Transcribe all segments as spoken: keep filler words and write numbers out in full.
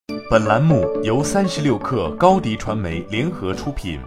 本栏目由三十六氪高迪传媒联合出品。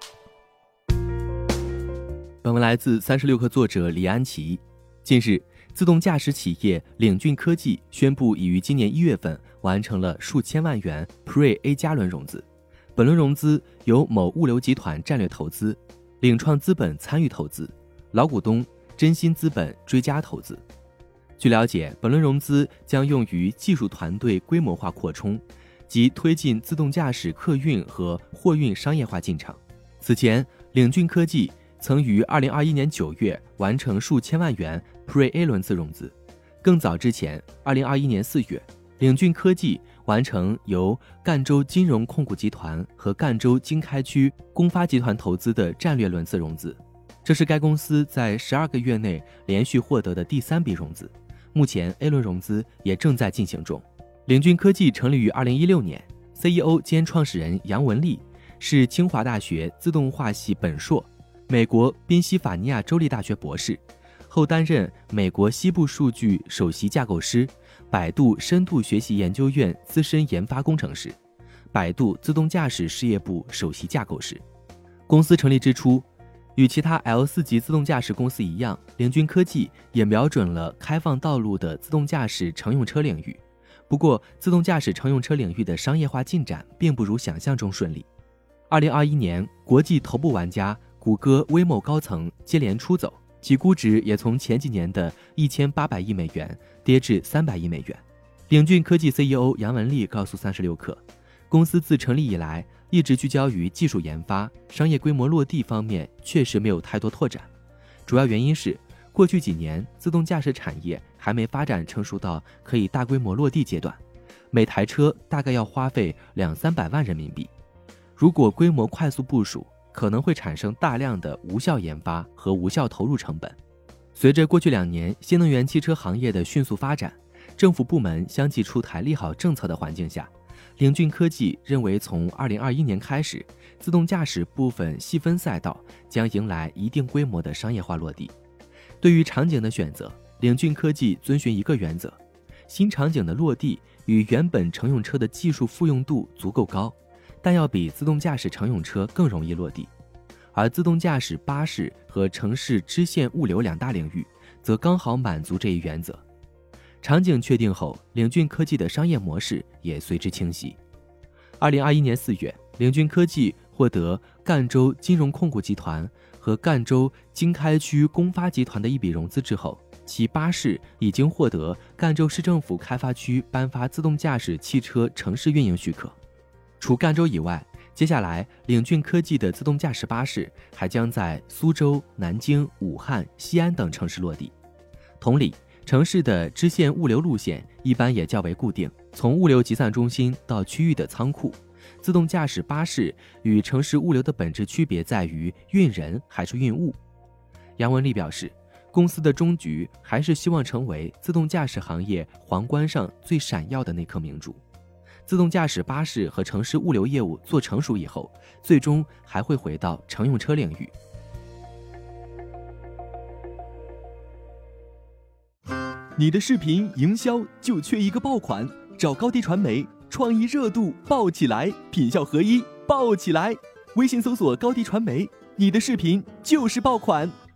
本文来自三十六氪作者李安琪。近日，自动驾驶企业领骏科技宣布，已于今年一月份完成了数千万元 Pre A 加轮融资。本轮融资由某物流集团战略投资，领创资本参与投资，老股东真心资本追加投资。据了解，本轮融资将用于技术团队规模化扩充及推进自动驾驶客运和货运商业化进程。此前，领骏科技曾于二零二一年九月完成数千万元 Pre A 轮次融资。更早之前，二零二一年四月，领骏科技完成由赣州金融控股集团和赣州经开区公发集团投资的战略轮次融资，这是该公司在十二个月内连续获得的第三笔融资。目前 A 轮融资也正在进行中。领骏科技成立于二零一六年 ，C E O 兼创始人杨文立是清华大学自动化系本硕，美国宾夕法尼亚州立大学博士，后担任美国西部数据首席架构师、百度深度学习研究院资深研发工程师、百度自动驾驶事业部首席架构师。公司成立之初，与其他 L 四 级自动驾驶公司一样，领骏科技也瞄准了开放道路的自动驾驶乘用车领域。不过，自动驾驶乘用车领域的商业化进展并不如想象中顺利。二零二一年，国际头部玩家谷歌、Waymo 高层接连出走，其估值也从前几年的一千八百亿美元跌至三百亿美元。领骏科技 C E O 杨文立告诉三十六氪，公司自成立以来一直聚焦于技术研发，商业规模落地方面确实没有太多拓展。主要原因是过去几年自动驾驶产业还没发展成熟到可以大规模落地阶段，每台车大概要花费两三百万人民币。如果规模快速部署，可能会产生大量的无效研发和无效投入成本。随着过去两年新能源汽车行业的迅速发展，政府部门相继出台利好政策的环境下，领骏科技认为从二零二一年开始，自动驾驶部分细分赛道将迎来一定规模的商业化落地。对于场景的选择，领骏科技遵循一个原则：新场景的落地与原本乘用车的技术复用度足够高，但要比自动驾驶乘用车更容易落地。而自动驾驶巴士和城市支线物流两大领域则刚好满足这一原则。场景确定后，领骏科技的商业模式也随之清晰。二零二一年四月，领骏科技获得赣州金融控股集团和赣州经开区公发集团的一笔融资之后，其巴士已经获得赣州市政府开发区颁发自动驾驶汽车城市运营许可。除赣州以外，接下来领骏科技的自动驾驶巴士还将在苏州、南京、武汉、西安等城市落地。同理，城市的支线物流路线一般也较为固定，从物流集散中心到区域的仓库。自动驾驶巴士与城市物流的本质区别在于运人还是运物。杨文立表示，公司的终局还是希望成为自动驾驶行业皇冠上最闪耀的那颗明珠。自动驾驶巴士和城市物流业务做成熟以后，最终还会回到乘用车领域。 你的视频营销就缺一个爆款，找高迪传媒，创意热度爆起来，品效合一爆起来。微信搜索高迪传媒，你的视频就是爆款。